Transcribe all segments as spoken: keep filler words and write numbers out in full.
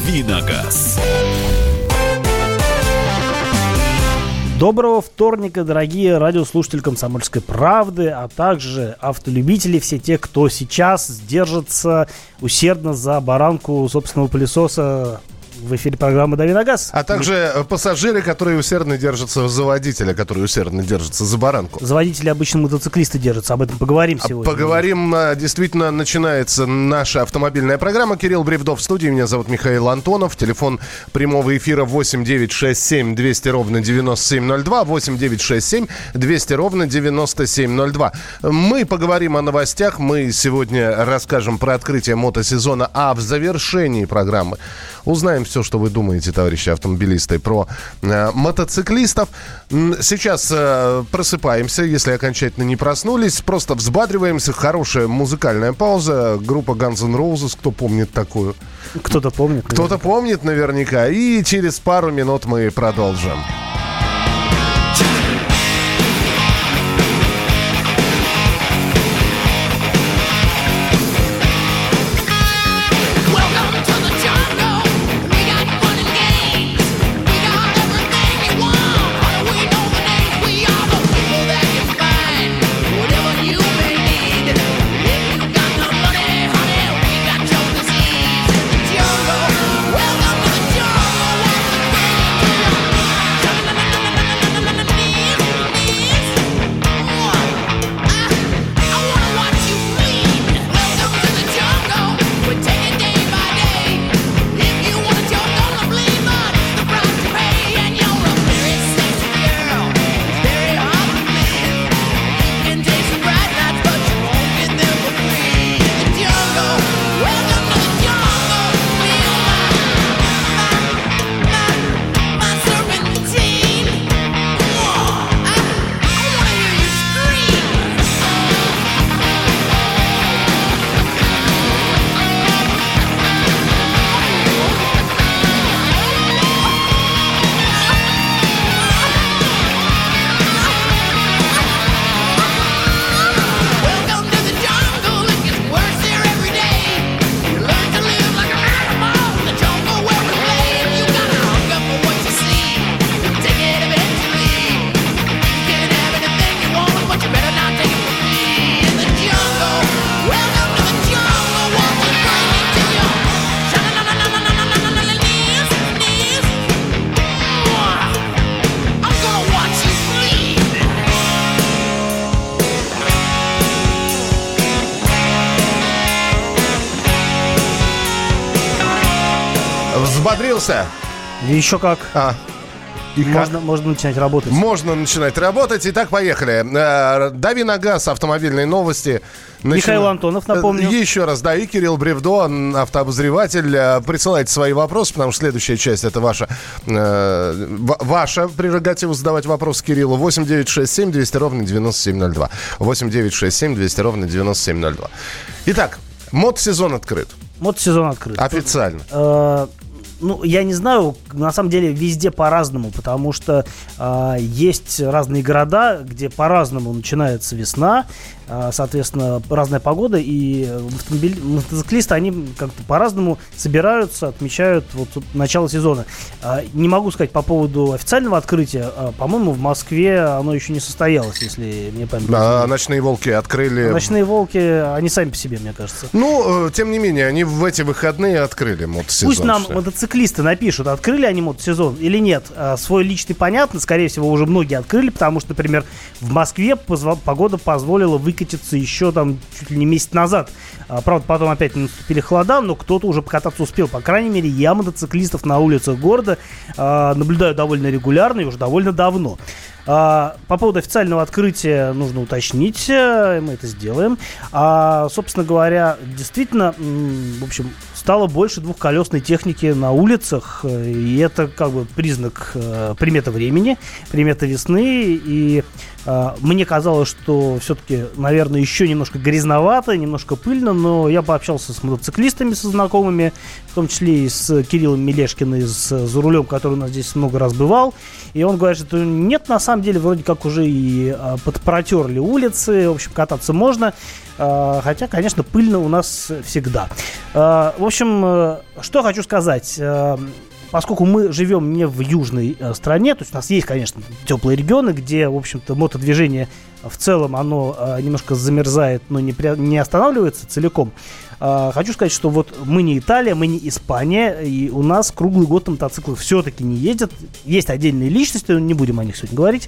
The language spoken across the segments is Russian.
Давиногаз. Доброго вторника, дорогие радиослушатели «Комсомольской правды», а также автолюбители, все те, кто сейчас держится усердно за баранку собственного пылесоса. В эфире программы «Давиногаз». А также Мы... пассажиры, которые усердно держатся за водителя, которые усердно держатся за баранку. За водителя обычно мотоциклисты держатся. Об этом поговорим сегодня. Поговорим. Действительно, начинается наша автомобильная программа. Кирилл Бревдо в студии. Меня зовут Михаил Антонов. Телефон прямого эфира восемь девятьсот шестьдесят семь двести ровно девяносто семь ноль два. восемь девятьсот шестьдесят семь двести ровно девяносто семь ноль два. Мы поговорим о новостях. Мы сегодня расскажем про открытие мотосезона. А в завершении программы узнаем все, что вы думаете, товарищи автомобилисты, про э, мотоциклистов. Сейчас э, просыпаемся, если окончательно не проснулись. Просто взбадриваемся. Хорошая музыкальная пауза. Группа Guns N' Roses, кто помнит такую? Кто-то помнит. Наверняка. Кто-то помнит наверняка. И через пару минут мы продолжим. Взбодрился? Еще как. А. И можно, как? можно начинать работать. Можно начинать работать. Итак, поехали. Давиногаз, автомобильные новости. Начи... Михаил Антонов, напомню. Еще раз, да, и Кирилл Бревдо, автообозреватель. Присылайте свои вопросы, потому что следующая часть — это ваша, э, ваша прерогатива задавать вопросы Кириллу. восемь девятьсот шестьдесят семь двести ровно девяносто семь ноль два. восемь девятьсот шестьдесят семь двести ровно девяносто семь ноль два. Итак, мотосезон открыт. Мотосезон открыт. Официально. Э, ну, я не знаю, на самом деле везде по-разному, потому что э, есть разные города, где по-разному начинается весна, э, соответственно, разная погода, и автомобиль, мотоциклисты, они как-то по-разному собираются, отмечают вот, вот начало сезона. Э, не могу сказать по поводу официального открытия, э, по-моему, в Москве оно еще не состоялось, если мне память не изменяет. А ночные волки открыли... А ночные волки, они сами по себе, мне кажется. Ну, тем не менее, они в эти выходные открыли мотосезон. Пусть нам мотоциклисты напишут, открыли они мотосезон или нет. А, свой личный, понятно, скорее всего, уже многие открыли, потому что, например, в Москве позв... погода позволила выкатиться еще там чуть ли не месяц назад. А, правда, потом опять наступили холода, но кто-то уже покататься успел. По крайней мере, я мотоциклистов на улицах города а, наблюдаю довольно регулярно и уже довольно давно. А, по поводу официального открытия нужно уточнить, мы это сделаем. А, собственно говоря, действительно, в общем, стало больше двухколесной техники на улицах, и это как бы признак, примета времени, примета весны, и а, мне казалось, что все-таки, наверное, еще немножко грязновато, немножко пыльно, но я пообщался с мотоциклистами, со знакомыми, в том числе и с Кириллом Мелешкиным из «За рулем», который у нас здесь много раз бывал, и он говорит, что нет, на самом деле, вроде как уже и а, подпротерли улицы, в общем, кататься можно, а, хотя, конечно, пыльно у нас всегда. В общем, что хочу сказать. Поскольку мы живем не в южной стране, то есть у нас есть, конечно, теплые регионы, где, в общем-то, мотодвижение в целом, оно немножко замерзает, но не, при... не останавливается целиком. Хочу сказать, что вот мы не Италия, мы не Испания, и у нас круглый год на мотоциклах все-таки не ездят. Есть отдельные личности, но не будем о них сегодня говорить.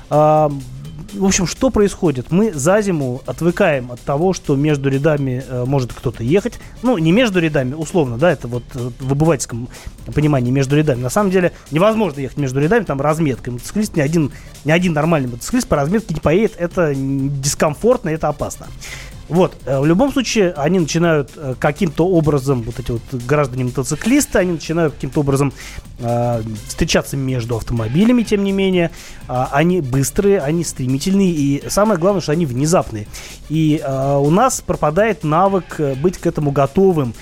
В общем, что происходит? Мы за зиму отвыкаем от того, что между рядами э, может кто-то ехать. Ну, не между рядами, условно, да, это вот э, в обывательском понимании между рядами. На самом деле невозможно ехать между рядами, там разметка. Мотоциклист, ни один, ни один нормальный мотоциклист по разметке не поедет. Это дискомфортно, это опасно. Вот, в любом случае, они начинают э, каким-то образом, вот эти вот граждане-мотоциклисты, они начинают каким-то образом э, встречаться между автомобилями, тем не менее. Э, они быстрые, они стремительные, и самое главное, что они внезапные. И э, у нас пропадает навык быть к этому готовым.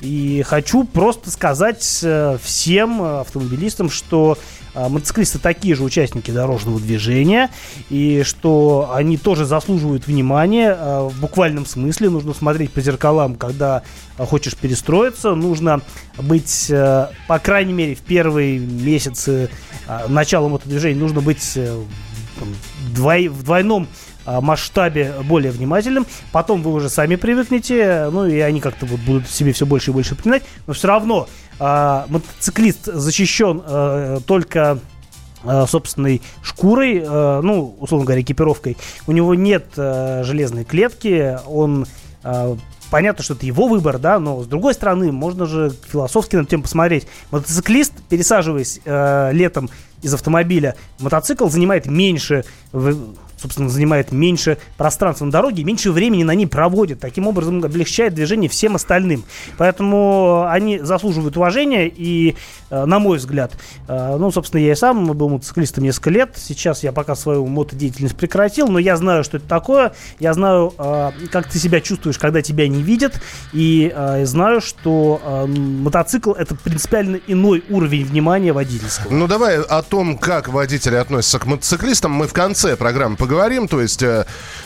И хочу просто сказать э, всем автомобилистам, что э, мотоциклисты такие же участники дорожного движения, и что они тоже заслуживают внимания э, в буквальном смысле. Нужно смотреть по зеркалам, когда хочешь перестроиться. Нужно быть, э, по крайней мере, в первые месяцы э, начала мотодвижения, нужно быть э, там, двой, в двойном э, масштабе более внимательным. Потом вы уже сами привыкнете, ну и они как-то вот будут себе все больше и больше напоминать. Но все равно э, мотоциклист защищен э, только собственной шкурой, э, ну, условно говоря, экипировкой. У него нет э, железной клетки, он... Э, понятно, что это его выбор, да, но с другой стороны, можно же философски над тем посмотреть. Мотоциклист, пересаживаясь э, летом из автомобиля, мотоцикл занимает меньше... В, собственно, занимает меньше пространства на дороге, меньше времени на ней проводит. Таким образом, облегчает движение всем остальным. Поэтому они заслуживают уважения. И, на мой взгляд, ну, собственно, я и сам был мотоциклистом несколько лет. Сейчас я пока свою мотодеятельность прекратил, но я знаю, что это такое. Я знаю, как ты себя чувствуешь, когда тебя не видят. И знаю, что мотоцикл — это принципиально иной уровень внимания водительского. Ну, давай о том, как водители относятся к мотоциклистам, мы в конце программы поговорим. Говорим, то есть э,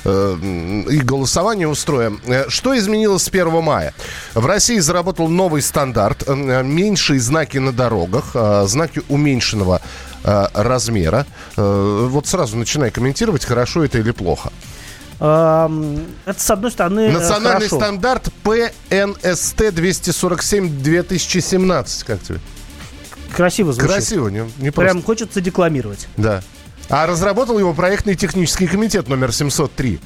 э, и голосование устроим. Что изменилось с первого мая? В России заработал новый стандарт. Э, меньшие знаки на дорогах, э, знаки уменьшенного э, размера. Э, вот сразу начинай комментировать, хорошо это или плохо. Это, с одной стороны, национальный хорошо. Стандарт пэ эн эс тэ двести сорок семь две тысячи семнадцать. Как тебе? Красиво звучит. Красиво, не, не Прям просто. хочется декламировать. Да. А разработал его проектный технический комитет номер семьсот три.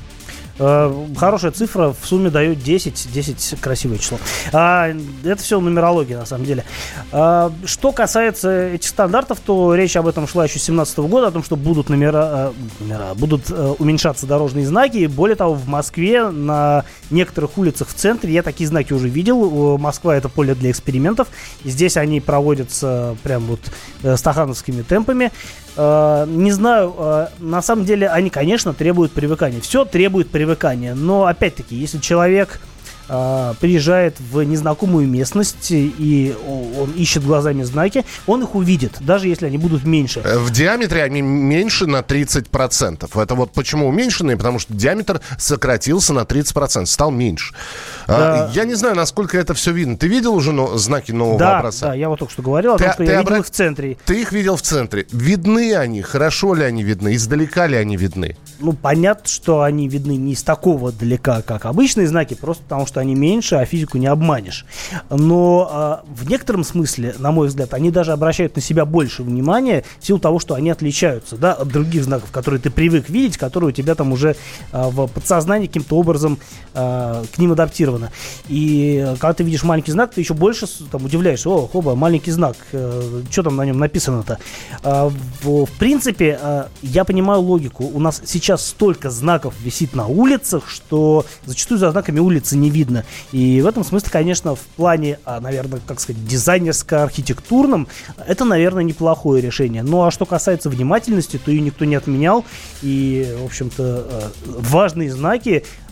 Хорошая цифра, в сумме дает десять. десять красивое число. А, это все нумерология, на самом деле. А, что касается этих стандартов, то речь об этом шла еще с две тысячи семнадцатого года, о том, что будут номера, номера будут уменьшаться дорожные знаки. Более того, в Москве на некоторых улицах в центре я такие знаки уже видел. Москва — это поле для экспериментов. И здесь они проводятся прям вот стахановскими темпами. Не знаю, на самом деле они, конечно, требуют привыкания. Все требует привыкания. Но, опять-таки, если человек э, приезжает в незнакомую местность и он ищет глазами знаки, он их увидит, даже если они будут меньше. В диаметре они меньше на тридцать процентов. Это вот почему уменьшенные, потому что диаметр сократился на тридцать процентов, стал меньше. Да. А, я не знаю, насколько это все видно. Ты видел уже но, знаки нового да, образца? Да, я вот только что говорил о ты, том, что я видел обра... их в центре. Ты их видел в центре. Видны они? Хорошо ли они видны? Издалека ли они видны? Ну, понятно, что они видны не с такого далека, как обычные знаки, просто потому что они меньше, а физику не обманешь. Но э, в некотором смысле, на мой взгляд, они даже обращают на себя больше внимания в силу того, что они отличаются, да, от других знаков, которые ты привык видеть, которые у тебя там уже э, в подсознании каким-то образом э, к ним адаптировано. И э, когда ты видишь маленький знак, ты еще больше там удивляешься: о, хоба, маленький знак, э, что там на нем написано-то? Э, в, в принципе, э, я понимаю логику. У нас сейчас столько знаков висит на улицах, что зачастую за знаками улицы не видно. И в этом смысле, конечно, в плане, наверное, как сказать, дизайнерско-архитектурном, это, наверное, неплохое решение. Ну, а что касается внимательности, то ее никто не отменял. И, в общем-то, важные знаки,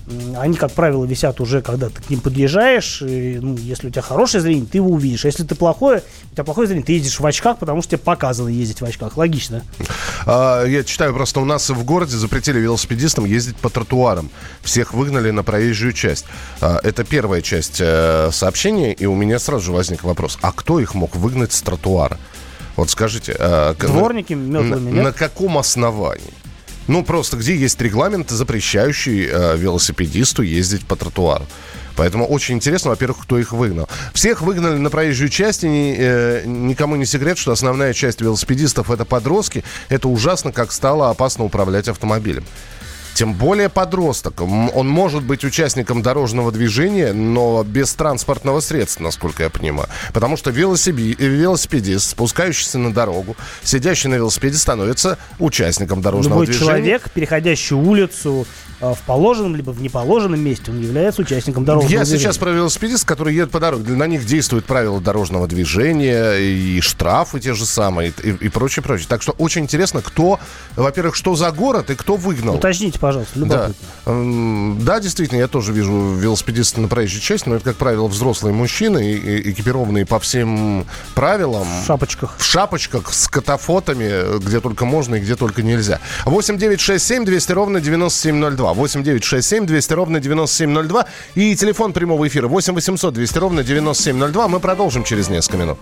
они, как правило, висят уже, когда ты к ним подъезжаешь. И, ну, если у тебя хорошее зрение, ты его увидишь. А если ты плохое, у тебя плохое зрение, ты ездишь в очках, потому что тебе показано ездить в очках. Логично. А, я читаю, просто у нас в городе запретили велосипедистам ездить по тротуарам. Всех выгнали на проезжую часть. А, это первая часть э, сообщения, и у меня сразу же возник вопрос. А кто их мог выгнать с тротуара? Вот скажите. Э, Дворники метлами, на, на каком основании? Ну, просто где есть регламент, запрещающий э, велосипедисту ездить по тротуару. Поэтому очень интересно, во-первых, кто их выгнал. Всех выгнали на проезжую часть, и ни, э, никому не секрет, что основная часть велосипедистов – это подростки. Это ужасно, как стало опасно управлять автомобилем. Тем более подросток. Он может быть участником дорожного движения, но без транспортного средства, насколько я понимаю. Потому что велосипедист, спускающийся на дорогу, сидящий на велосипеде, становится участником дорожного Любой движения. Любой человек, переходящий улицу в положенном либо в неположенном месте, он является участником дорожного я движения. Я сейчас про велосипедистов, которые едут по дороге. На них действуют правила дорожного движения, и штрафы те же самые, и, и прочее, прочее. Так что очень интересно, кто, во-первых, что за город и кто выгнал. Уточните, пожалуйста, любопытно. Да. да, действительно, я тоже вижу велосипедистов на проезжей части, но это, как правило, взрослые мужчины, экипированные по всем правилам. В шапочках. В шапочках, с катафотами, где только можно и где только нельзя. восемь девятьсот шестьдесят семь двести ровно девяносто семь ноль два. восемь девятьсот шестьдесят семь двести ровно девяносто семь ноль два. И телефон прямого эфира восемь восемьсот двести ровно девяносто семь ноль два. Мы продолжим через несколько минут.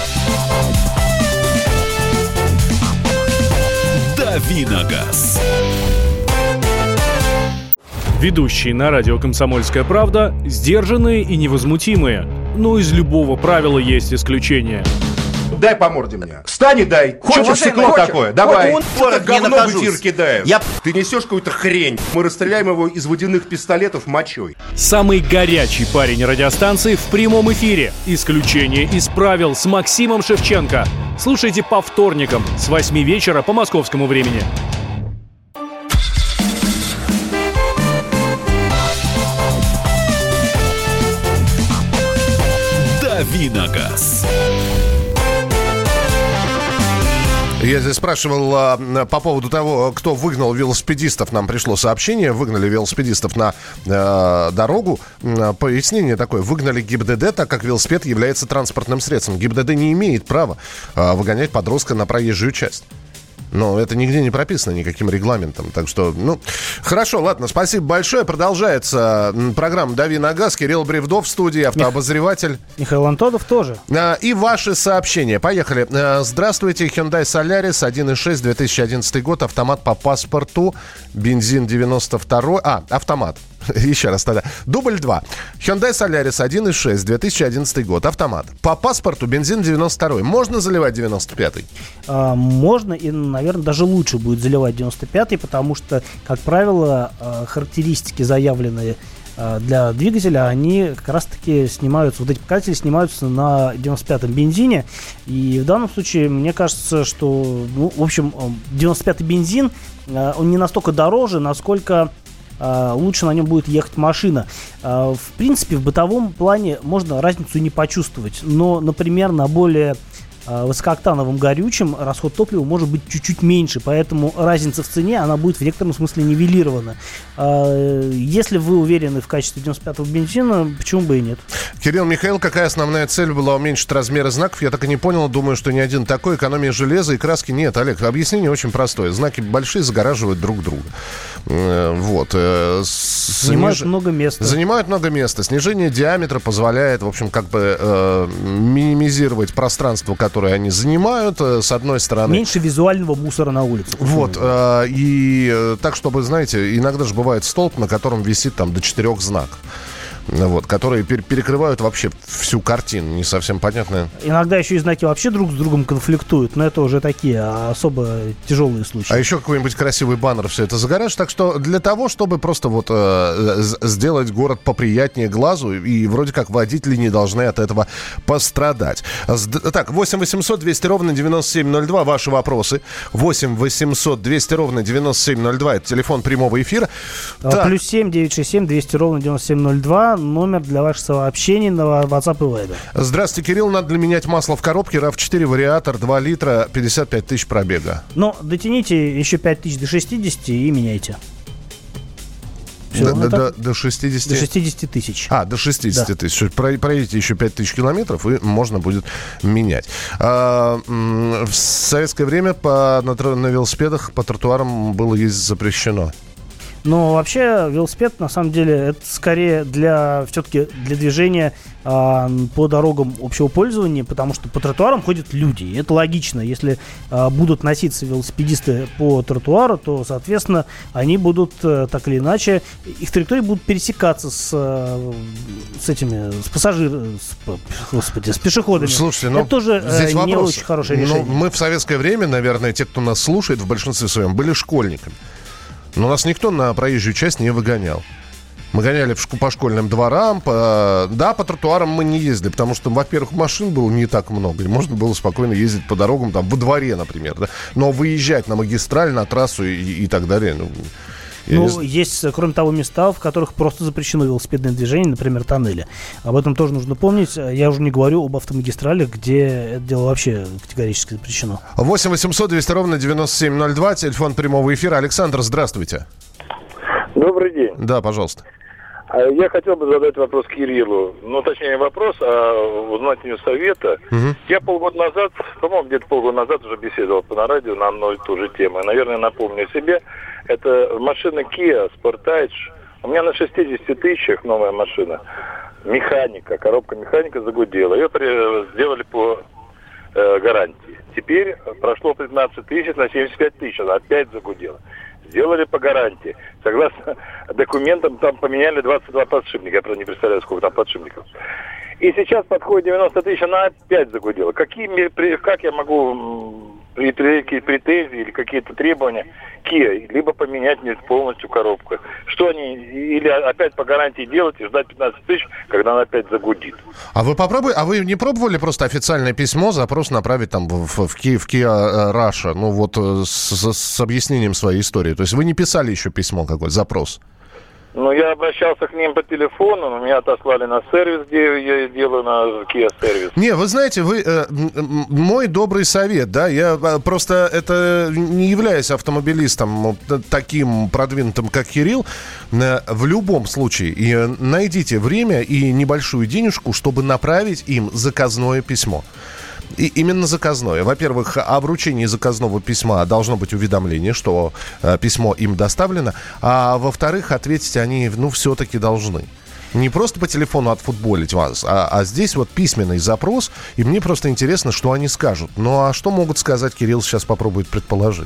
Давиногаз. Ведущие на радио «Комсомольская правда» сдержанные и невозмутимые. Но из любого правила есть исключение. Дай по морде мне. Встань и дай. Хочешь Чё, стекло хочешь? такое? Давай. Он, Это он, говно накажусь. в эфир кидаешь. Я... Ты несешь какую-то хрень. Мы расстреляем его из водяных пистолетов мочой. Самый горячий парень радиостанции в прямом эфире. Исключение из правил с Максимом Шевченко. Слушайте по вторникам с восьми вечера по московскому времени. Давиногаз. Я здесь спрашивал а, по поводу того, кто выгнал велосипедистов. Нам пришло сообщение. Выгнали велосипедистов на э, дорогу. Пояснение такое. Выгнали ГИБДД, так как велосипед является транспортным средством. ГИБДД не имеет права э, выгонять подростка на проезжую часть. Но это нигде не прописано никаким регламентом. Так что, ну, хорошо, ладно, спасибо большое. Продолжается программа «Дави на газ». Кирилл Бревдов в студии, автообозреватель. Михаил Антонов тоже. И ваши сообщения. Поехали. Здравствуйте, Hyundai Solaris, один и шесть, две тысячи одиннадцатый год, автомат по паспорту, бензин девяносто второй. А, автомат. Еще раз тогда. Дубль два. Hyundai Solaris один и шесть, две тысячи одиннадцатый год. Автомат. По паспорту бензин девяносто второй. Можно заливать девяносто пятый? А, можно и, наверное, даже лучше будет заливать девяносто пятый, потому что, как правило, характеристики, заявленные для двигателя, они как раз-таки снимаются, вот эти показатели снимаются на девяносто пятом бензине. И в данном случае, мне кажется, что, ну, в общем, девяносто пятый бензин, он не настолько дороже, насколько лучше на нем будет ехать машина. В принципе, в бытовом плане можно разницу не почувствовать. Но, например, на более высокооктановом горючем расход топлива может быть чуть-чуть меньше, поэтому разница в цене, она будет в некотором смысле нивелирована. Если вы уверены в качестве девяносто пятого бензина, почему бы и нет? Кирилл, Михаил, какая основная цель была уменьшить размеры знаков? Я так и не понял, думаю, что ни один такой. Экономия железа и краски нет. Олег, объяснение очень простое. Знаки большие загораживают друг друга. Вот. Занимают Сниж... много места. Занимают много места. Снижение диаметра позволяет, в общем, как бы э, минимизировать пространство, которое они занимают, с одной стороны. Меньше визуального мусора на улице. Вот. Э, и э, так, чтобы, знаете, иногда же бывает столб, на котором висит там до четырех знаков. Вот, которые пер- перекрывают вообще всю картину. Не совсем понятно. Иногда еще и знаки вообще друг с другом конфликтуют, но это уже такие особо тяжелые случаи. А еще какой-нибудь красивый баннер все это загораживает. Так что для того, чтобы просто вот э, сделать город поприятнее глазу, и вроде как водители не должны от этого пострадать. Так, восемь восемьсот двести ровно девяносто семь ноль два. Ваши вопросы. восемь восемьсот двести ровно девяносто семь ноль два. Это телефон прямого эфира. А, плюс семь девятьсот шестьдесят семь двести ровно девяносто семь ноль два. Номер для ваших сообщений на WhatsApp и Viber. Здравствуйте, Кирилл. Надо для менять масло в коробке. рав четыре, вариатор, два литра, пятьдесят пять тысяч пробега. Ну, дотяните еще пять тысяч до шестидесяти и меняйте. Все, до, это... до, до шестидесяти? До шестидесяти тысяч. А, до шестидесяти да. тысяч. Про, проедете еще пять тысяч километров, и можно будет менять. А, в советское время по, на, на велосипедах по тротуарам было ездить запрещено. Но вообще велосипед, на самом деле, это скорее для, все-таки для движения а, по дорогам общего пользования, потому что по тротуарам ходят люди. И это логично. Если а, будут носиться велосипедисты по тротуару, то, соответственно, они будут а, так или иначе, их траектории будут пересекаться с, а, с этими, с пассажирами, с, господи, с пешеходами. Слушайте, ну, это тоже здесь а, не вопрос. очень хорошее решение. Ну, мы в советское время, наверное, те, кто нас слушает, в большинстве своем, были школьниками. Но нас никто на проезжую часть не выгонял. Мы гоняли в, по школьным дворам. По, да, по тротуарам мы не ездили, потому что, во-первых, машин было не так много. И можно было спокойно ездить по дорогам, там, во дворе, например. Да? Но выезжать на магистраль, на трассу и, и так далее... Ну, Ну, не... есть, кроме того, места, в которых просто запрещено велосипедное движение, например, тоннели. Об этом тоже нужно помнить. Я уже не говорю об автомагистралях, где это дело вообще категорически запрещено. восемь восемьсот двести ровно девяносто семь ноль два, телефон прямого эфира. Александр, здравствуйте. Добрый день. Да, пожалуйста. Я хотел бы задать вопрос Кириллу. Ну, точнее, не вопрос, а узнать у него совета. Угу. Я полгода назад, по-моему, где-то полгода назад уже беседовал на радио на одну и ту же тему. Наверное, напомню себе. Это машина Kia Sportage. У меня на шестидесяти тысячах новая машина. Механика, коробка механика загудела. Ее сделали по э, гарантии. Теперь прошло пятнадцать тысяч на семьдесят пять тысяч. Она опять загудела. Сделали по гарантии. Согласно документам, там поменяли двадцать два подшипника. Я, правда, не представляю, сколько там подшипников. И сейчас подходит девяносто тысяч, она опять загудела. Какие, как я могу предъявить претензии или какие-то требования Kia? Либо поменять мне полностью коробку. Что они, или опять по гарантии делать и ждать пятнадцать тысяч, когда она опять загудит. А вы попробуйте, а вы не пробовали просто официальное письмо, запрос направить там в, в, в Kia, в Kia Russia, ну вот с, с объяснением своей истории? То есть вы не писали еще письмо какое-то, запрос? Ну, я обращался к ним по телефону, но меня отослали на сервис, где я делаю на Kia сервис. Не, вы знаете, вы э, мой добрый совет, да, я просто это не являюсь автомобилистом таким продвинутым, как Кирилл, э, в любом случае и найдите время и небольшую денежку, чтобы направить им заказное письмо. И именно заказное. Во-первых, о вручении заказного письма должно быть уведомление, что э, письмо им доставлено. А во-вторых, ответить они, ну, все-таки должны. Не просто по телефону отфутболить вас, а, а здесь вот письменный запрос. И мне просто интересно, что они скажут. Ну, а что могут сказать, Кирилл сейчас попробует предположить.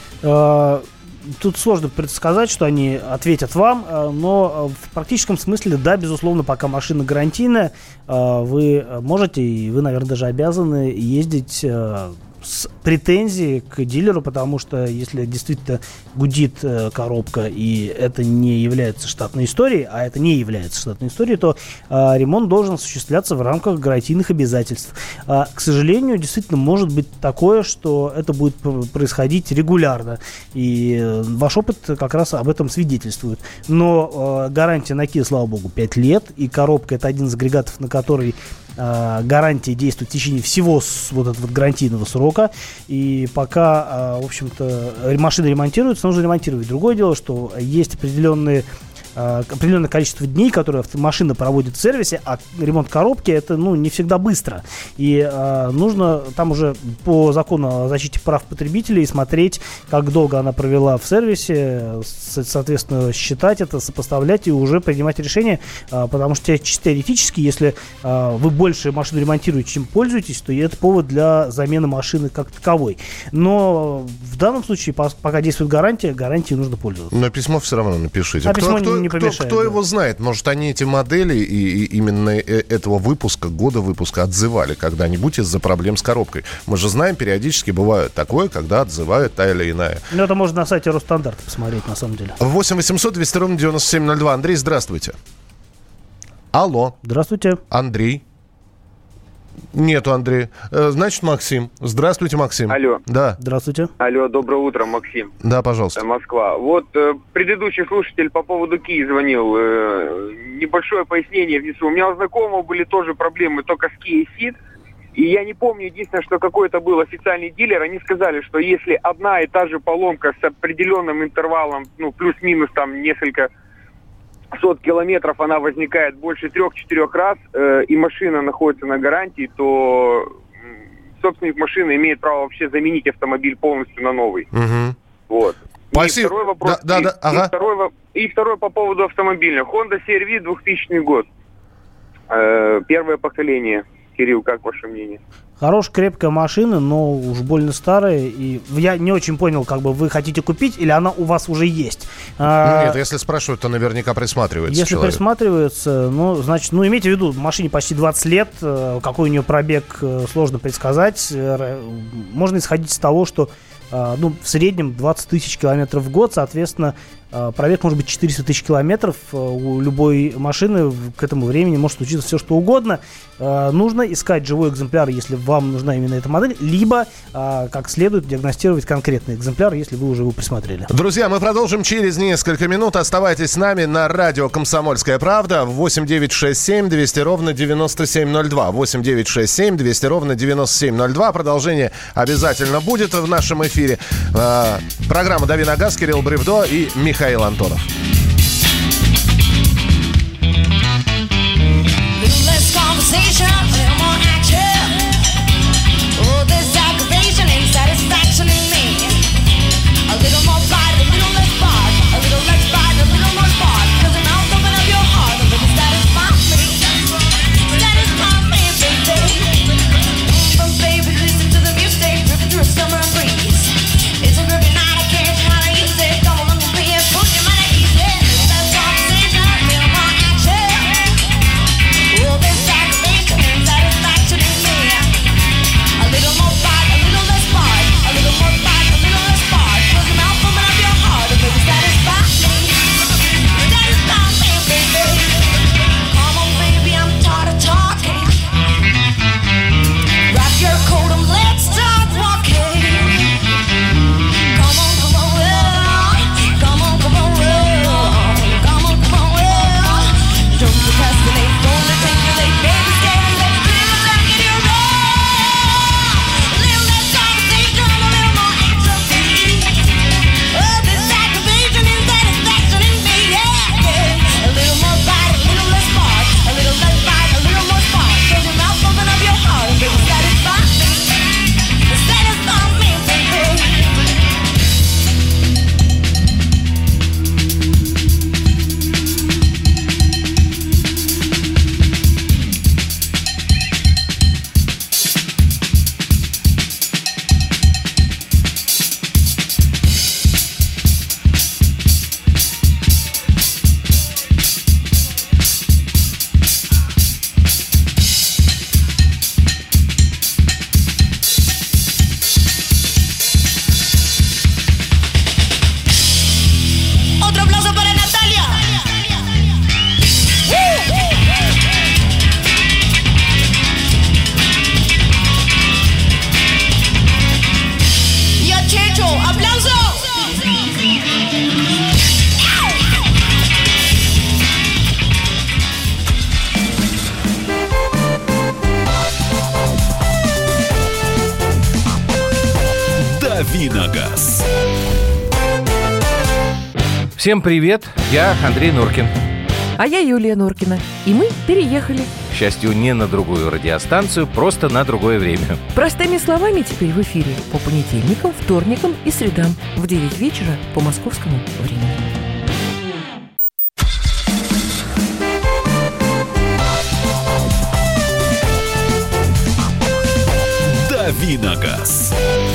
Тут сложно предсказать, что они ответят вам, но в практическом смысле, да, безусловно, пока машина гарантийная, вы можете, и вы, наверное, даже обязаны ездить с претензией к дилеру, потому что если действительно гудит э, коробка и это не является штатной историей, а это не является штатной историей, то э, ремонт должен осуществляться в рамках гарантийных обязательств. А, к сожалению, действительно может быть такое, что это будет происходить регулярно, и э, ваш опыт как раз об этом свидетельствует. Но э, гарантия на Kia, слава богу, пять лет, и коробка — это один из агрегатов, на который гарантия действует в течение всего вот этого гарантийного срока, и пока, в общем-то, машины ремонтируются, нужно ремонтировать. Другое дело, что есть определенные определенное количество дней, которые машина проводит в сервисе, а ремонт коробки — это, ну, не всегда быстро. И э, нужно там уже по закону о защите прав потребителей смотреть, как долго она провела в сервисе, соответственно, считать это, сопоставлять и уже принимать решение, э, потому что чисто теоретически, если э, вы больше машину ремонтируете, чем пользуетесь, то это повод для замены машины как таковой. Но в данном случае, пока действует гарантия, гарантией нужно пользоваться. Но письмо все равно напишите. А кто, письмо кто, не кто, помешает, кто да. его знает? Может, они эти модели и, и именно этого выпуска, года выпуска отзывали когда-нибудь из-за проблем с коробкой. Мы же знаем, периодически бывает такое, когда отзывают та или иная. Ну, это можно на сайте Росстандарта посмотреть, на самом деле. восемь восемьсот двести ровно девяносто семь ноль два. Андрей, здравствуйте. Алло. Здравствуйте. Андрей. Нету Андрея. Значит, Максим. Здравствуйте, Максим. Алло. Да. Здравствуйте. Алло, доброе утро, Максим. Да, пожалуйста. Москва. Вот э, предыдущий слушатель по поводу Кии звонил. Э, небольшое пояснение внесу. У меня у знакомого были тоже проблемы только с Kia Ceed. И я не помню, единственное, что какой-то был официальный дилер, они сказали, что если одна и та же поломка с определенным интервалом, ну, плюс-минус там несколько сот километров она возникает больше трех-четырех раз, э, и машина находится на гарантии, то э, собственник машины имеет право вообще заменить автомобиль полностью на новый. Угу. Вот. Спасибо. И второй вопрос. Да, да, да. И, Ага. и, второй, и второй по поводу автомобиля. Honda си ар ви двухтысячный год. Э, первое поколение. Кирилл, как ваше мнение? Хорошая, крепкая машина, но уж больно старая. И я не очень понял, как бы вы хотите купить, или она у вас уже есть? А, Нет, если спрашивают, то наверняка присматривается Если человек. присматривается, ну, значит, ну, имейте в виду, машине почти двадцать лет, э, какой у нее пробег, э, сложно предсказать. Э, Можно исходить из того, что э, ну, в среднем двадцать тысяч километров в год, соответственно, э, пробег может быть четыреста тысяч километров. Э, У любой машины в- к этому времени может случиться все, что угодно. Э, Нужно искать живой экземпляр, если вам нужна именно эта модель, либо э, как следует диагностировать конкретный экземпляр, если вы уже его присмотрели. Друзья, мы продолжим через несколько минут. Оставайтесь с нами на радио «Комсомольская правда». восемь девятьсот шестьдесят семь двести ровно девяносто семь ноль два. восемь девятьсот шестьдесят семь двести ровно девяносто семь ноль два. Продолжение обязательно будет в нашем эфире. Э, Программа «Дави на газ», Кирилл Бревдо и Михаил Антонов. Little less conversation, a little more action. Oh, there's aggravation and satisfaction in me. A little more bite, a little less bark. A little less bite, a little more spark. 'Cause the mouth open of your heart, a little satisfy me. Satisfy me, baby. But baby, listen to the music, dripping through a summer breeze. It's a groovy night, I can't try to use it. Come along with me and push your money easy. Little less conversation, a little more action. Oh, there's aggravation and satisfaction in me. A little more bite, a little less bite. A little more bite, a little less bite. Close your mouth, open up your heart, and baby, satisfy me. Satisfy me, baby. Come on, baby, I'm tired of talking. Wrap your coat and let's start walking. Come on, come on, well. Come on, come on, well. Come on, come on, well. Don't procrastinate, don't articulate, baby, stay late. Feel like in your roll. A little less conversation, a little more entropy. Oh, this aggravation and satisfaction in me, yeah, yeah. A little more bite, a little less spark. A little less bite, a little more spark. Close your mouth, open up your heart, and baby, satisfy me. Satisfy me, baby. Otro aplauso para Natalia. Y a Checho, aplauso. «Дави на газ». Всем привет, я Андрей Нуркин. А я Юлия Нуркина. И мы переехали. К счастью, не на другую радиостанцию, просто на другое время. Простыми словами теперь в эфире по понедельникам, вторникам и средам в девять вечера по московскому времени. «Дави на газ».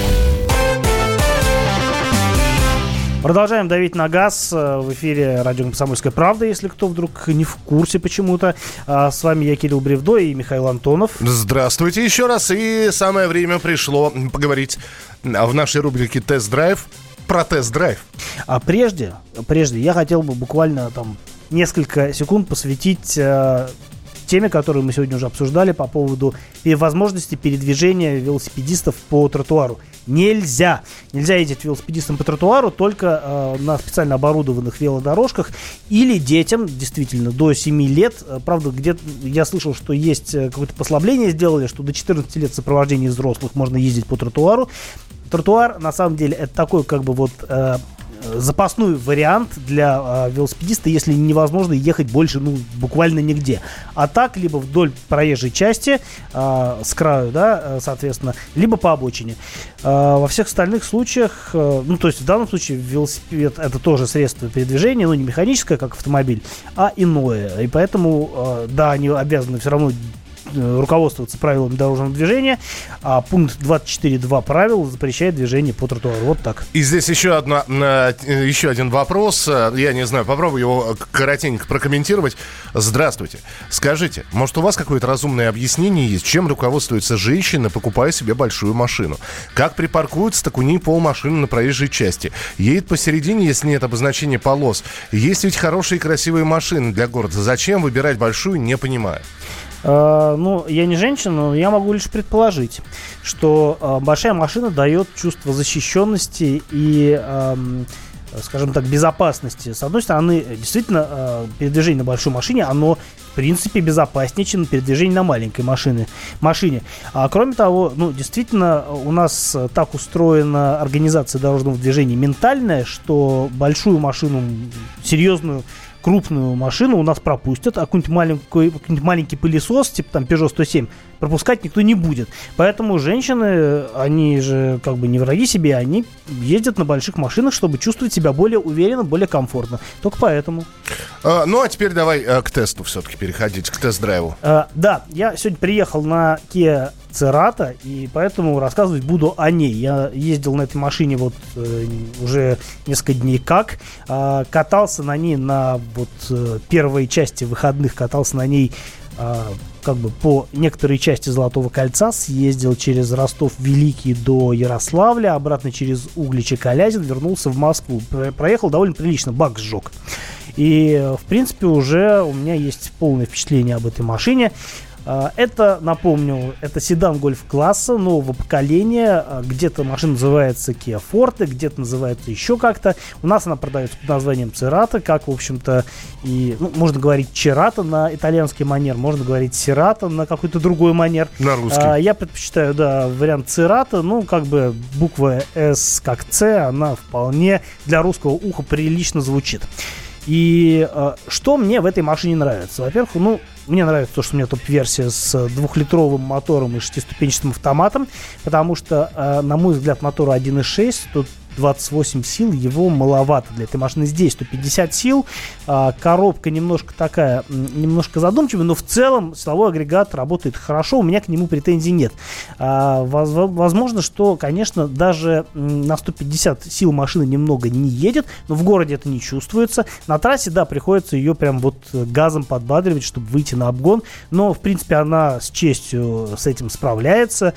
Продолжаем давить на газ. В эфире радио «Комсомольская правда», если кто вдруг не в курсе почему-то. А с вами я, Кирилл Бревдо, и Михаил Антонов. Здравствуйте еще раз. И самое время пришло поговорить в нашей рубрике «Тест-драйв» про тест-драйв. А прежде, прежде я хотел бы буквально там несколько секунд посвятить э, теме, которую мы сегодня уже обсуждали по поводу возможности передвижения велосипедистов по тротуару. Нельзя. Нельзя ездить велосипедистам по тротуару только э, на специально оборудованных велодорожках или детям, действительно, до семи лет. Правда, где-то я слышал, что есть какое-то послабление сделали, что до четырнадцати лет в сопровождении взрослых можно ездить по тротуару. Тротуар, на самом деле, это такой, как бы вот... Э, запасной вариант для э, велосипедиста, если невозможно ехать больше, ну, буквально нигде. А так, либо вдоль проезжей части, э, с краю, да, соответственно, либо по обочине. Э, во всех остальных случаях, э, ну, то есть в данном случае велосипед — это тоже средство передвижения, но не механическое, как автомобиль, а иное. И поэтому, э, да, они обязаны все равно руководствоваться правилами дорожного движения, а пункт двадцать четыре точка два правил запрещает движение по тротуару. Вот так. И здесь еще, одна, еще один вопрос. Я не знаю, попробую его коротенько прокомментировать. Здравствуйте. Скажите, может, у вас какое-то разумное объяснение есть, чем руководствуется женщина, покупая себе большую машину? Как припаркуется, так у нее полмашины на проезжей части. Едет посередине, если нет обозначения полос. Есть ведь хорошие и красивые машины для города. Зачем выбирать большую, не понимаю. Uh, ну, я не женщина, но я могу лишь предположить, что uh, большая машина дает чувство защищенности и, uh, скажем так, безопасности. С одной стороны, действительно, uh, передвижение на большой машине, оно, в принципе, безопаснее, чем передвижение на маленькой машине. машине. А кроме того, ну, действительно, у нас так устроена организация дорожного движения ментальная, что большую машину, серьезную, крупную машину у нас пропустят, а какой-нибудь маленький, какой-нибудь маленький пылесос, типа там Peugeot сто семь, пропускать никто не будет. Поэтому женщины, они же как бы не враги себе, они ездят на больших машинах, чтобы чувствовать себя более уверенно, более комфортно. Только поэтому. А, ну, а теперь давай а, к тесту все-таки переходить, к тест-драйву. А, да, я сегодня приехал на Kia Cerato, и поэтому рассказывать буду о ней. Я ездил на этой машине вот э, уже несколько дней как. Э, катался на ней на вот э, первой части выходных, катался на ней э, как бы по некоторой части Золотого кольца, съездил через Ростов-Великий до Ярославля, обратно через Углича-Калязин, вернулся в Москву. Проехал довольно прилично, бак сжег. И, в принципе, уже у меня есть полное впечатление об этой машине. Это, напомню, это седан гольф-класса нового поколения. Где-то машина называется Kia Forte, где-то называется еще как-то. У нас она продается под названием Cerato, как, в общем-то, и, ну, можно говорить Cerato на итальянский манер, можно говорить Cerato на какой-то другой манер. На русский. А, я предпочитаю, да, вариант Cerato. Ну, как бы буква S как C, она вполне для русского уха прилично звучит. И э, что мне в этой машине нравится? Во-первых, ну, мне нравится то, что у меня топ-версия с двухлитровым мотором и шестиступенчатым автоматом, потому что, э, на мой взгляд, мотору один и шесть, тут двадцать восемь сил, его маловато для этой машины. Здесь сто пятьдесят сил, а, коробка немножко такая, немножко задумчивая, но в целом силовой агрегат работает хорошо, у меня к нему претензий нет. А, воз, возможно, что, конечно, даже на сто пятьдесят сил машина немного не едет, но в городе это не чувствуется. На трассе, да, приходится ее прям вот газом подбадривать, чтобы выйти на обгон, но, в принципе, она с честью с этим справляется,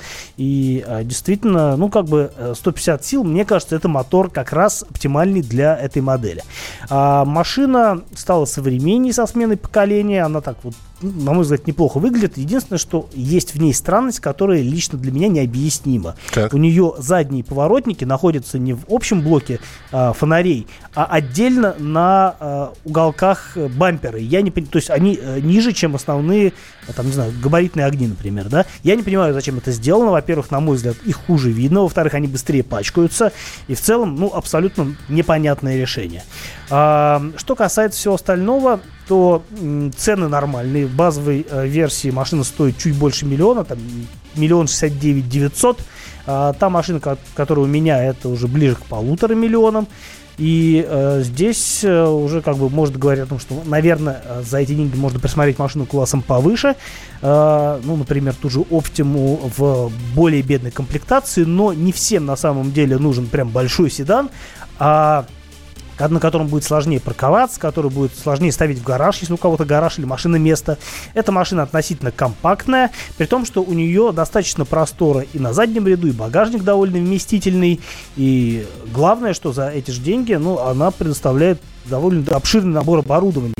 и а, действительно, ну, как бы сто пятьдесят сил, мне кажется, это мотор как раз оптимальный для этой модели. А, машина стала современнее со сменой поколения. Она так вот, на мой взгляд, неплохо выглядит. Единственное, что есть в ней странность, которая лично для меня необъяснима. Так. У нее задние поворотники находятся не в общем блоке а, фонарей, а отдельно на а, уголках бампера. Я не понимаю, то есть они а, ниже, чем основные, а, там, не знаю, габаритные огни, например, да? Я не понимаю, зачем это сделано. Во-первых, на мой взгляд, их хуже видно. Во-вторых, они быстрее пачкаются. И в целом, ну, абсолютно непонятное решение. А, что касается всего остального, то м, цены нормальные. В базовой э, версии машина стоит чуть больше миллиона, там миллион шестьдесят девять девятьсот. А, та машина, ко- которая у меня, это уже ближе к полутора миллионам. И э, здесь э, уже как бы можно говорить о том, что, наверное, э, за эти деньги можно присмотреть машину классом повыше. Э, ну, например, ту же Optima в более бедной комплектации. Но не всем на самом деле нужен прям большой седан, а на котором будет сложнее парковаться, который будет сложнее ставить в гараж, если у кого-то гараж или машина место. Эта машина относительно компактная, при том, что у нее достаточно простора и на заднем ряду, и багажник довольно вместительный. И главное, что за эти же деньги, ну, она предоставляет довольно обширный набор оборудования.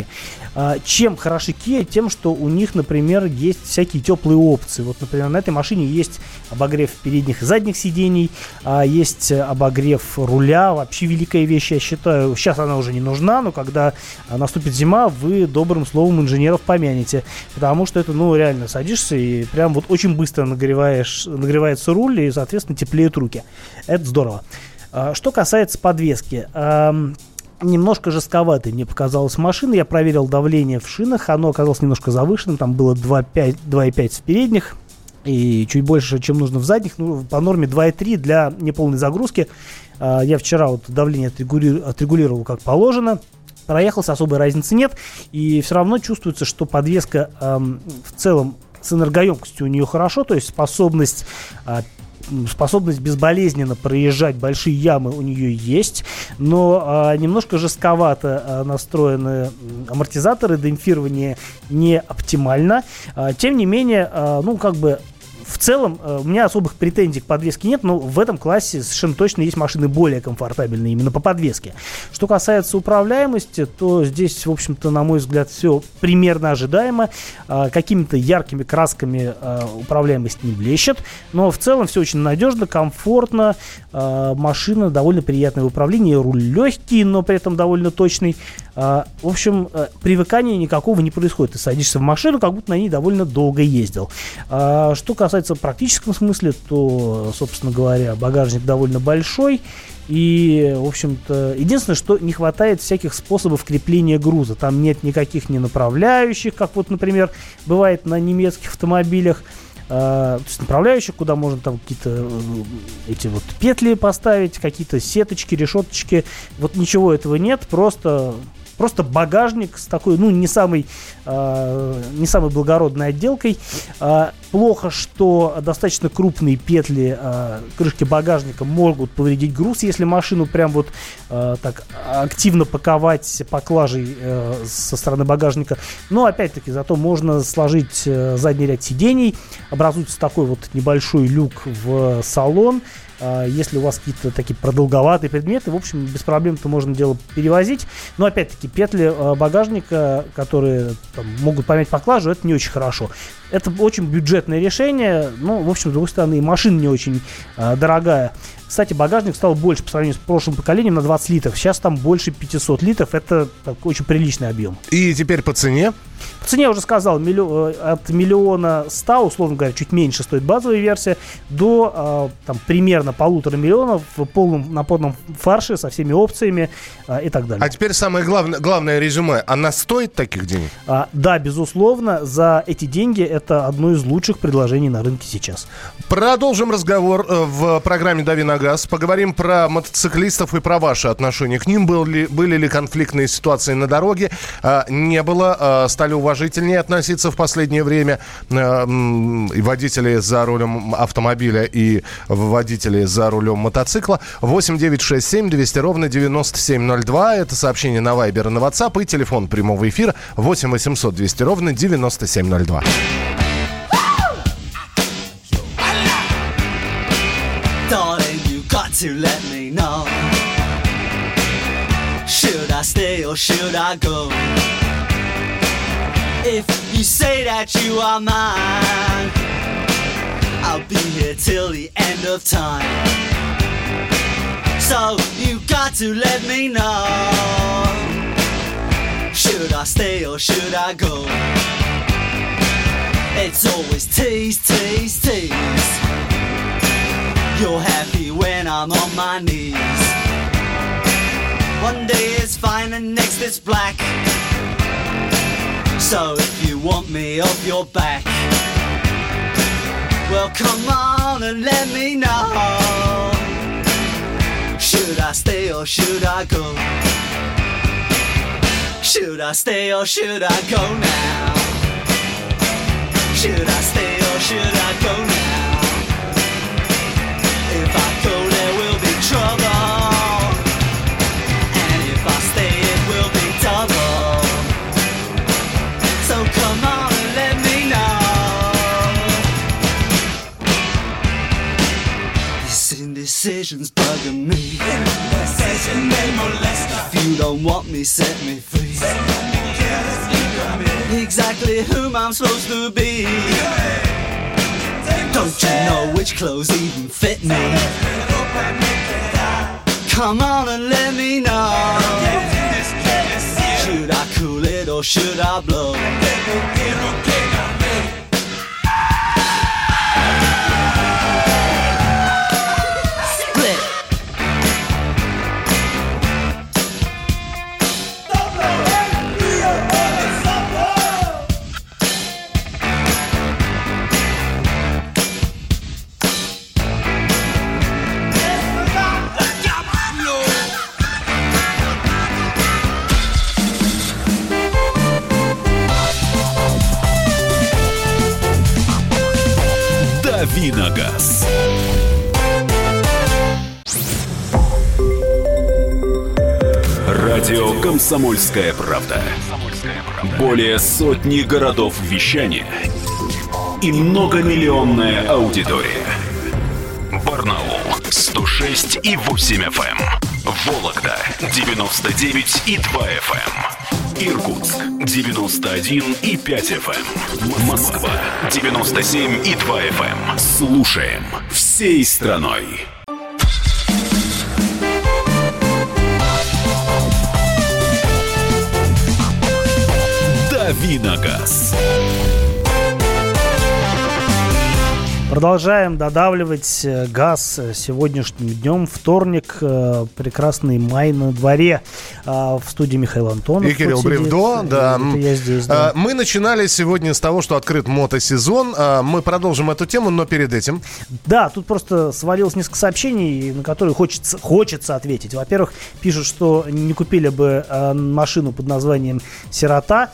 Чем хороши Kia? Тем, что у них, например, есть всякие теплые опции. Вот, например, на этой машине есть обогрев передних и задних сидений, есть обогрев руля. Вообще великая вещь, я считаю. Сейчас она уже не нужна, но когда наступит зима, вы добрым словом инженеров помянете. Потому что это, ну, реально садишься и прям вот очень быстро нагреваешь, нагревается руль, и, соответственно, теплеют руки. Это здорово. А, что касается подвески. А, немножко жестковатой мне показалась машина. Я проверил давление в шинах. Оно оказалось немножко завышенным. Там было два и пять в передних и чуть больше, чем нужно в задних. Ну, по норме два и три для неполной загрузки. А, я вчера вот давление отрегули... отрегулировал как положено. Проехался, особой разницы нет. И все равно чувствуется, что подвеска эм, в целом с энергоемкостью у нее хорошо. То есть способность... Э, способность безболезненно проезжать большие ямы у нее есть, но а, немножко жестковато а, настроены амортизаторы, демпфирование не оптимально. А, тем не менее, а, ну, как бы, в целом, у меня особых претензий к подвеске нет, но в этом классе совершенно точно есть машины более комфортабельные именно по подвеске. Что касается управляемости, то здесь, в общем-то, на мой взгляд, все примерно ожидаемо. А, какими-то яркими красками а, управляемость не блещет, но в целом все очень надежно, комфортно. А, машина довольно приятная в управлении, руль легкий, но при этом довольно точный. А, в общем, привыкания никакого не происходит. Ты садишься в машину, как будто на ней довольно долго ездил. А, что касается в практическом смысле, то, собственно говоря, багажник довольно большой. И, в общем-то, единственное, что не хватает всяких способов крепления груза. Там нет никаких не направляющих, как вот, например, бывает на немецких автомобилях. Uh, то есть направляющих, куда можно там какие-то uh, эти вот петли поставить, какие-то сеточки, решеточки. Вот ничего этого нет, просто, просто багажник с такой, ну, не самой, uh, не самой благородной отделкой. Uh, плохо, что достаточно крупные петли uh, крышки багажника могут повредить груз, если машину прям вот uh, так активно паковать поклажей uh, со стороны багажника. Но опять-таки зато можно сложить uh, задний ряд сидений, образуется такой вот небольшой люк в салон. Если у вас какие-то такие продолговатые предметы, в общем, без проблем это можно дело перевозить. Но опять-таки петли багажника, которые там могут помять поклажу, это не очень хорошо. Это очень бюджетное решение. Ну, в общем, с другой стороны, и машина не очень а, дорогая. Кстати, багажник стал больше по сравнению с прошлым поколением на двадцать литров. Сейчас там больше пятьсот литров. Это так, очень приличный объем. И теперь по цене? По цене я уже сказал, миллион, от миллиона ста, условно говоря, чуть меньше стоит базовая версия, до а, там, примерно полутора миллионов в полном, на полном фарше со всеми опциями а, и так далее. А теперь самое главное, главное резюме. Она стоит таких денег? А, да, безусловно, за эти деньги это одно из лучших предложений на рынке сейчас. Продолжим разговор в программе «Дави на газ». Поговорим про мотоциклистов и про ваши отношения к ним. Был ли, были ли конфликтные ситуации на дороге? А, не было. А, стали уважительнее относиться в последнее время. А, и водители за рулем автомобиля, и водители за рулем мотоцикла. восемь девятьсот шестьдесят семь двести ровно девяносто семь ноль два. Это сообщение на Вайбер и на WhatsApp. И телефон прямого эфира восемь восемьсот двести ровно девяносто семь ноль два. Darling, you got to let me know. Should I stay or should I go? If you say that you are mine, I'll be here till the end of time. So you got to let me know. Should I stay or should I go? It's always tease, tease, tease. You're happy when I'm on my knees. One day it's fine and next it's black. So if you want me off your back, well come on and let me know. Should I stay or should I go? Should I stay or should I go now? Should I stay or should I go now? If I go there will be trouble, and if I stay it will be double. So come on and let me know. This indecision's bugging me. Indecision may molest us. If you don't want me, set me free. Exactly whom I'm supposed to be. Don't you know which clothes even fit me? Come on and let me know. Should I cool it or should I blow? Split. Давиногаз. Радио «Комсомольская правда». Более сотни городов вещания и многомиллионная аудитория. Барнаул сто шесть и восемь эф эм, Вологда девяносто девять и два эф эм, Иркутск девяносто один и пять эф эм, Москва девяносто семь и два эф эм. Слушаем всей страной. Давиногаз. Продолжаем додавливать газ сегодняшним днем. Вторник, прекрасный май на дворе. В студии Михаил Антонов. И Кирилл Бревдо, да. Это я здесь, да. Мы начинали сегодня с того, что открыт мотосезон. Мы продолжим эту тему, но перед этим... Да, тут просто свалилось несколько сообщений, на которые хочется, хочется ответить. Во-первых, пишут, что не купили бы машину под названием «Сирота».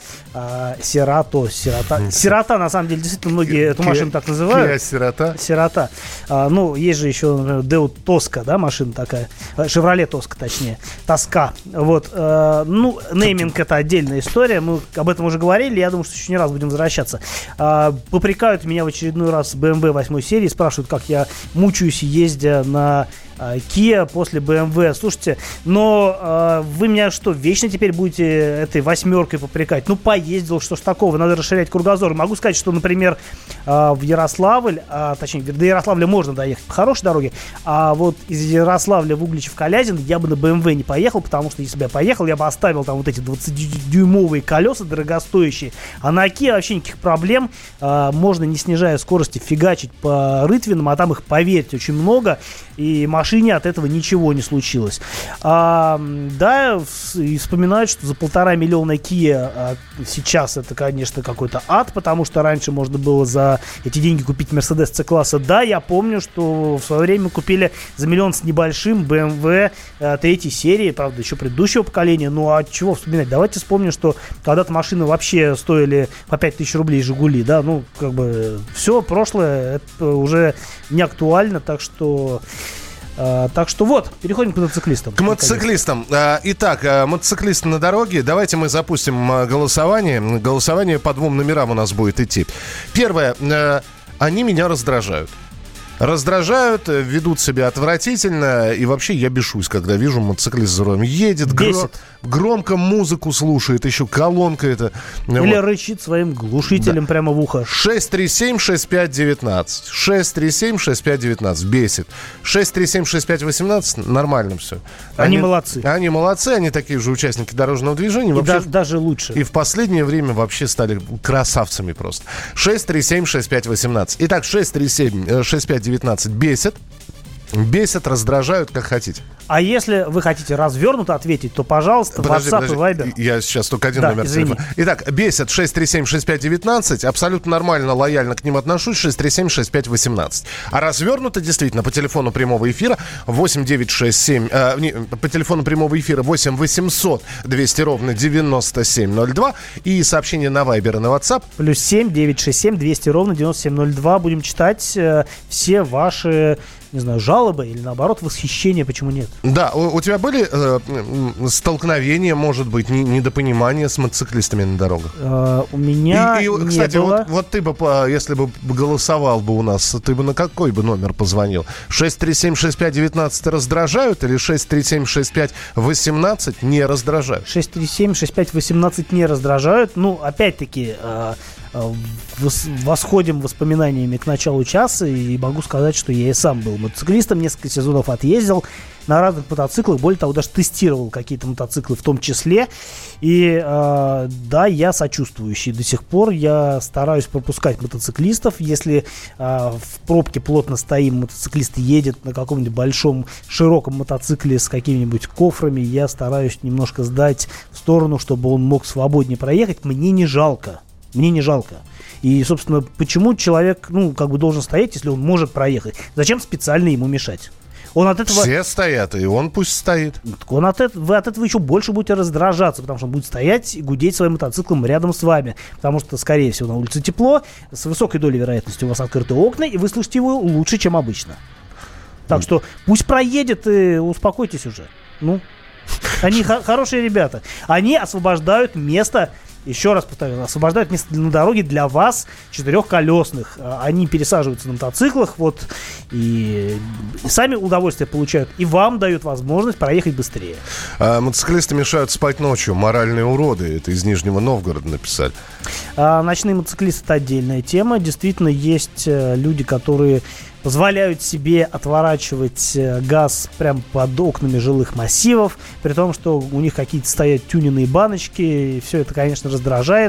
Сирато, сирота. Сирота, на самом деле, действительно, многие эту машину так называют. Сирота. Сирота. А, ну, есть же еще, например, Део Тоска, да, машина такая. Шевроле Тоска, точнее. Тоска. Вот. А, ну, нейминг — это отдельная история. Мы об этом уже говорили. Я думаю, что еще не раз будем возвращаться. А, попрекают меня в очередной раз бэ эм вэ восьмой серии. Спрашивают, как я мучаюсь, ездя на Kia после бэ эм вэ. Слушайте, но э, вы меня что, вечно теперь будете этой восьмеркой попрекать? Ну, поездил, что ж такого, надо расширять кругозор. Могу сказать, что, например, э, в Ярославль, а, точнее, до Ярославля можно доехать по хорошей дороге, а вот из Ярославля в Угличев-Калязин я бы на бэ эм вэ не поехал, потому что если бы я поехал, я бы оставил там вот эти двадцатидюймовые колеса дорогостоящие, а на Kia вообще никаких проблем, э, можно, не снижая скорости, фигачить по рытвинам, а там их, поверьте, очень много, и машина машине от этого ничего не случилось. А, да, и вспоминают, что за полтора миллиона Kia а, сейчас это, конечно, какой-то ад, потому что раньше можно было за эти деньги купить Mercedes C-класса. Да, я помню, что в свое время купили за миллион с небольшим бэ эм вэ а, третьей серии, правда, еще предыдущего поколения. Ну, а чего вспоминать? Давайте вспомним, что когда-то машины вообще стоили по пять тысяч рублей «Жигули», да, ну, как бы все прошлое, это уже не актуально, так что... Uh, так что вот, переходим к мотоциклистам. К мотоциклистам. Uh, итак, uh, мотоциклисты на дороге. Давайте мы запустим uh, голосование. Голосование по двум номерам у нас будет идти. Первое. Uh, они меня раздражают. Раздражают, ведут себя отвратительно. И вообще я бешусь, когда вижу мотоциклист за рулем. Едет, гро- громко музыку слушает, еще колонка это. Или вот. Рычит своим глушителем да. прямо в ухо. шесть три семь шесть пять девятнадцать. шесть три семь шесть пять девятнадцать. Бесит. шесть три семь шесть пять восемнадцать. Нормально все. Они, они молодцы. Они молодцы, они такие же участники дорожного движения. И вообще, даже, даже лучше. И в последнее время вообще стали красавцами просто. шесть три семь шесть пять восемнадцать. Итак, шесть три семь шесть пять девятнадцать бесит. Бесят, раздражают, как хотите. А если вы хотите развернуто ответить, то, пожалуйста, подожди, WhatsApp подожди. и Viber. Я сейчас только один да, номер извини. телефона. Итак, бесят шесть три семь шесть пять девятнадцать. Абсолютно нормально, лояльно к ним отношусь. шесть три семь шесть пять восемнадцать. А развернуто действительно по телефону прямого эфира восемь девять шесть семь. Э, не, по телефону прямого эфира восемь восемьсот двести ровно девяносто семь ноль два. И сообщение на Viber и на WhatsApp. Плюс семь девять шесть семь двести ровно девяносто семь ноль два. Будем читать э, все ваши... не знаю, жалобы или, наоборот, восхищение, почему нет? Да, у, у тебя были э, столкновения, может быть, не, недопонимания с мотоциклистами на дорогах? Э, у меня и, и, не кстати, было. Вот, вот ты бы, если бы голосовал бы у нас, ты бы на какой бы номер позвонил? шесть три семь шесть пять девятнадцать раздражают или шесть три семь шесть пять восемнадцать не раздражают? шесть три семь шесть пять восемнадцать не раздражают. Ну, опять-таки... Э, восходим воспоминаниями к началу часа, и могу сказать, что я и сам был мотоциклистом, несколько сезонов отъездил на разных мотоциклах, более того, даже тестировал какие-то мотоциклы в том числе, и э, да, я сочувствующий до сих пор, я стараюсь пропускать мотоциклистов, если э, в пробке плотно стоим, мотоциклист едет на каком-нибудь большом, широком мотоцикле с какими-нибудь кофрами, я стараюсь немножко сдать в сторону, чтобы он мог свободнее проехать, мне не жалко. Мне не жалко. И, собственно, почему человек, ну, как бы должен стоять, если он может проехать? Зачем специально ему мешать? Он от этого... Все стоят, и он пусть стоит. Он от этого, вы от этого еще больше будете раздражаться, потому что он будет стоять и гудеть своим мотоциклом рядом с вами. Потому что, скорее всего, на улице тепло, с высокой долей вероятности у вас открыты окна, и вы слышите его лучше, чем обычно. Так что пусть проедет, и успокойтесь уже. Ну, они х- хорошие ребята. Они освобождают место, еще раз повторю, освобождают место на дороге для вас, четырехколесных. Они пересаживаются на мотоциклах, вот, и, и сами удовольствие получают, и вам дают возможность проехать быстрее. А, мотоциклисты мешают спать ночью. Моральные уроды. Это из Нижнего Новгорода написали. А, ночные мотоциклисты — это отдельная тема. Действительно, есть э, люди, которые позволяют себе отворачивать газ прямо под окнами жилых массивов, при том, что у них какие-то стоят тюненные баночки, и все это, конечно, раздражает.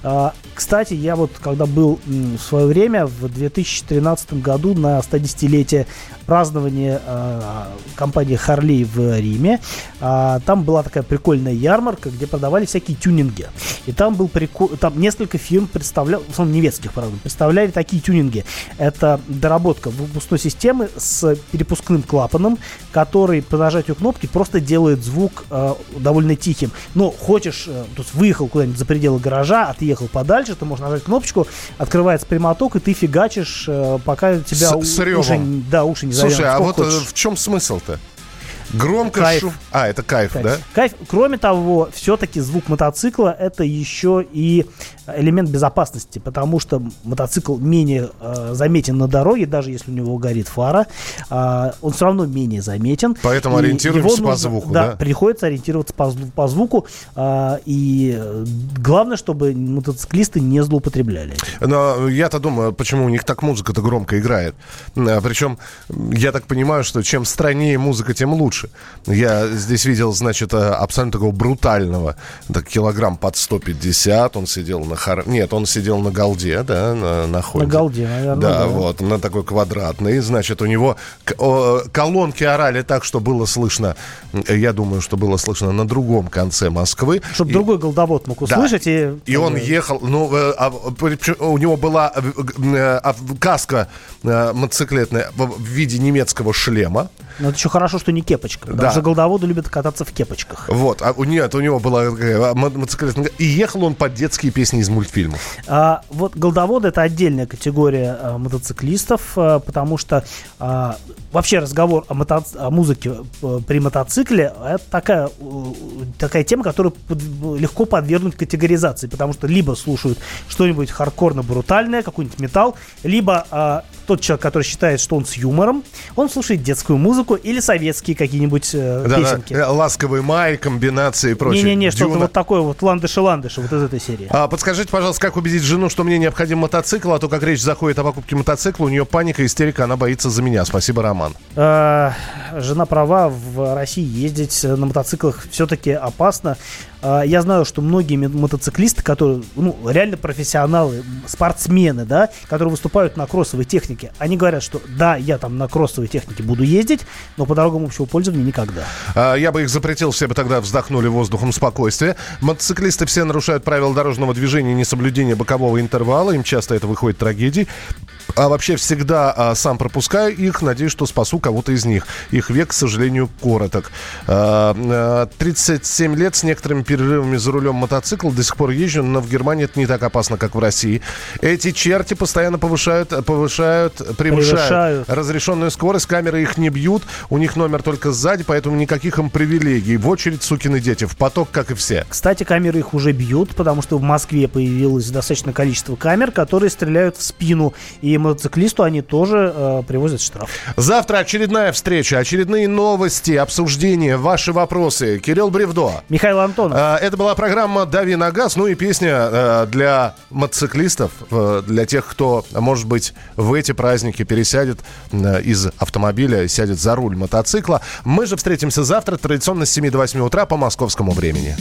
Кстати, я вот, когда был в свое время, в две тысячи тринадцатом году на стодесятилетие празднования компании Harley в Риме, там была такая прикольная ярмарка, где продавали всякие тюнинги. И там был прикол... там несколько фирм представлял, в основном немецких, правда, представляли такие тюнинги. Это доработка выпускной системы с перепускным клапаном, который по нажатию кнопки просто делает звук э, довольно тихим. Но хочешь, э, то есть выехал куда-нибудь за пределы гаража, отъехал подальше, ты можешь нажать кнопочку, открывается прямоток, и ты фигачишь, э, пока тебя С, у, с ревом. уши, да, уши не завянут. Слушай, а вот хочешь. в чем смысл-то? Громко Кайф. шум. А, это кайф, Кайф. да? Кайф. Кроме того, все-таки звук мотоцикла — это еще и элемент безопасности, потому что мотоцикл менее э, заметен на дороге, даже если у него горит фара, э, он все равно менее заметен. Поэтому И ориентируемся его по нужно, звуку, да? да? Приходится ориентироваться по, зву- по звуку, э, и э, главное, чтобы мотоциклисты не злоупотребляли. Но я-то думаю, почему у них так музыка-то громко играет. А, причем, я так понимаю, что чем страннее музыка, тем лучше. Я здесь видел, значит, абсолютно такого брутального, так, килограмм под сто пятьдесят, он сидел на хар... Нет, он сидел на голде, да, на, на Хонде. На голде, наверное, да. да. Вот, на такой квадратный. Значит, у него к- о, колонки орали так, что было слышно, я думаю, что было слышно на другом конце Москвы. Чтобы И- другой голдовод мог Да. услышать. И, И он ехал, ну, э, а, причем у него была э, э, а, каска э, мотоциклетная в в виде немецкого шлема. Но это еще хорошо, что не кепочка. Потому Да. что голдоводы любят кататься в кепочках. Вот, а у, нет, у него была такая мо- мотоциклетная... И ехал он под детские песни из мультфильмов. А, вот голдоводы — это отдельная категория а, мотоциклистов, а, потому что а, вообще разговор о, мото... о музыке а, при мотоцикле — это такая, у, такая тема, которую под... легко подвергнуть категоризации, потому что либо слушают что-нибудь хардкорно-брутальное, какой-нибудь металл, либо а, тот человек, который считает, что он с юмором, он слушает детскую музыку или советские какие-нибудь э, Да, песенки. да, «Ласковый май», комбинации и прочее. Не-не-не, что-то «Дюна». вот такое вот ландыши-ландыши, вот из этой серии. А, подскажите, пожалуйста, как убедить жену, что мне необходим мотоцикл, а то как речь заходит о покупке мотоцикла, у нее паника, истерика, она боится за меня. Спасибо, Роман. Э, Жена права, в России ездить на мотоциклах все-таки опасно. Э, Я знаю, что многие мо- мотоциклисты, которые, ну, реально профессионалы, спортсмены, да, которые выступают на кроссовой технике, они говорят, что да, я там на кроссовой технике буду ездить, но по дорогам общего пользования никогда. А, Я бы их запретил, все бы тогда вздохнули воздухом спокойствия. Мотоциклисты все нарушают правила дорожного движения, несоблюдение бокового интервала. Им часто это выходит трагедией. А вообще всегда а, сам пропускаю их. Надеюсь, что спасу кого-то из них. Их век, к сожалению, короток. А, а, тридцать семь лет с некоторыми перерывами за рулем мотоцикла. До сих пор езжу, но в Германии это не так опасно, как в России. Эти черти постоянно повышают, повышают, превышают, Превышают. разрешенную скорость. Камеры их не бьют. У них номер только сзади, поэтому никаких им привилегий. В очередь сукины дети, в поток, как и все. Кстати, камеры их уже бьют, потому что в Москве появилось достаточное количество камер, которые стреляют в спину. И мотоциклисту они тоже э, привозят штраф. Завтра очередная встреча, очередные новости, обсуждения, ваши вопросы. Кирилл Бревдо. Михаил Антонов. А, Это была программа «Дави на газ», ну и песня э, для мотоциклистов, э, для тех, кто, может быть, в эти праздники пересядет э, из автомобиля, сядет за руль мотоцикла. Мы же встретимся завтра традиционно с семи до восьми утра по московскому времени.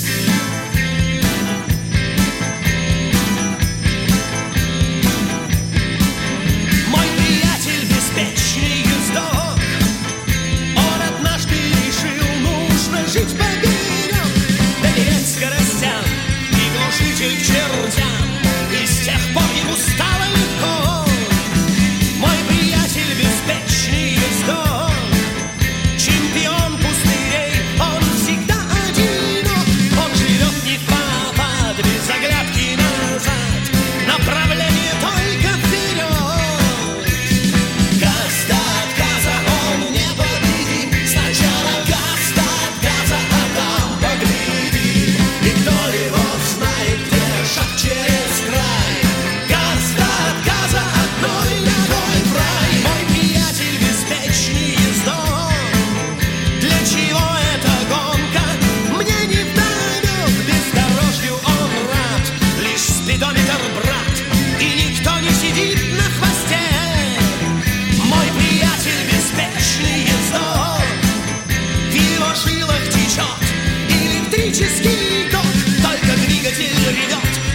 Мой приятель беспечный ездок, он однажды решил, нужно жить поберег, доверять скоростям и глушитель к чертям, и с тех пор ему стало легко. Мой приятель беспечный ездок,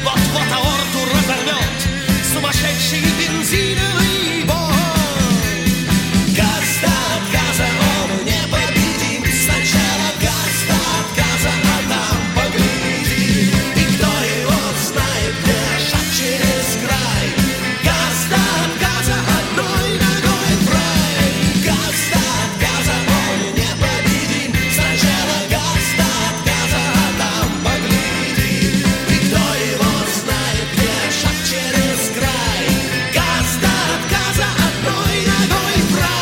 вот-вот аорту разорвет сумасшедший бензиновый бой. Газ до отказа, он непобедим. Сначала газ до отказа, а там поглядим. И кто его знает, где шаг через край. Газ до отказа, одной ногой в рай. Газ до отказа, он непобедим. Сначала газ до отказа, а там поглядим. И кто его знает, где шаг через край. Газ до отказа, одной ногой в рай.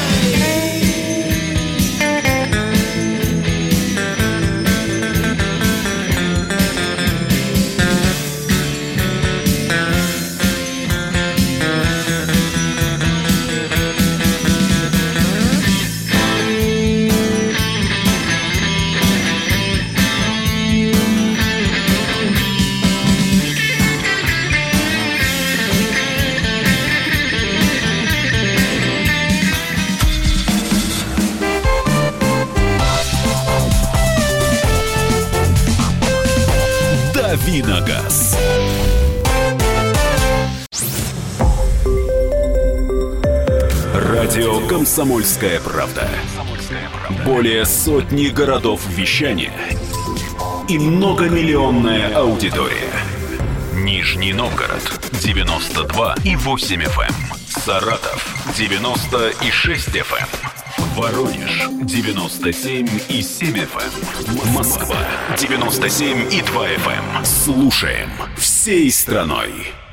Давиногаз. Радио «Комсомольская правда». Более сотни городов вещания и многомиллионная аудитория. Нижний Новгород девяносто два и восемь эф эм. Саратов девяносто и шесть эф эм. Воронеж девяносто семь и семь эф эм. Москва девяносто семь и два эф эм. Слушаем всей страной.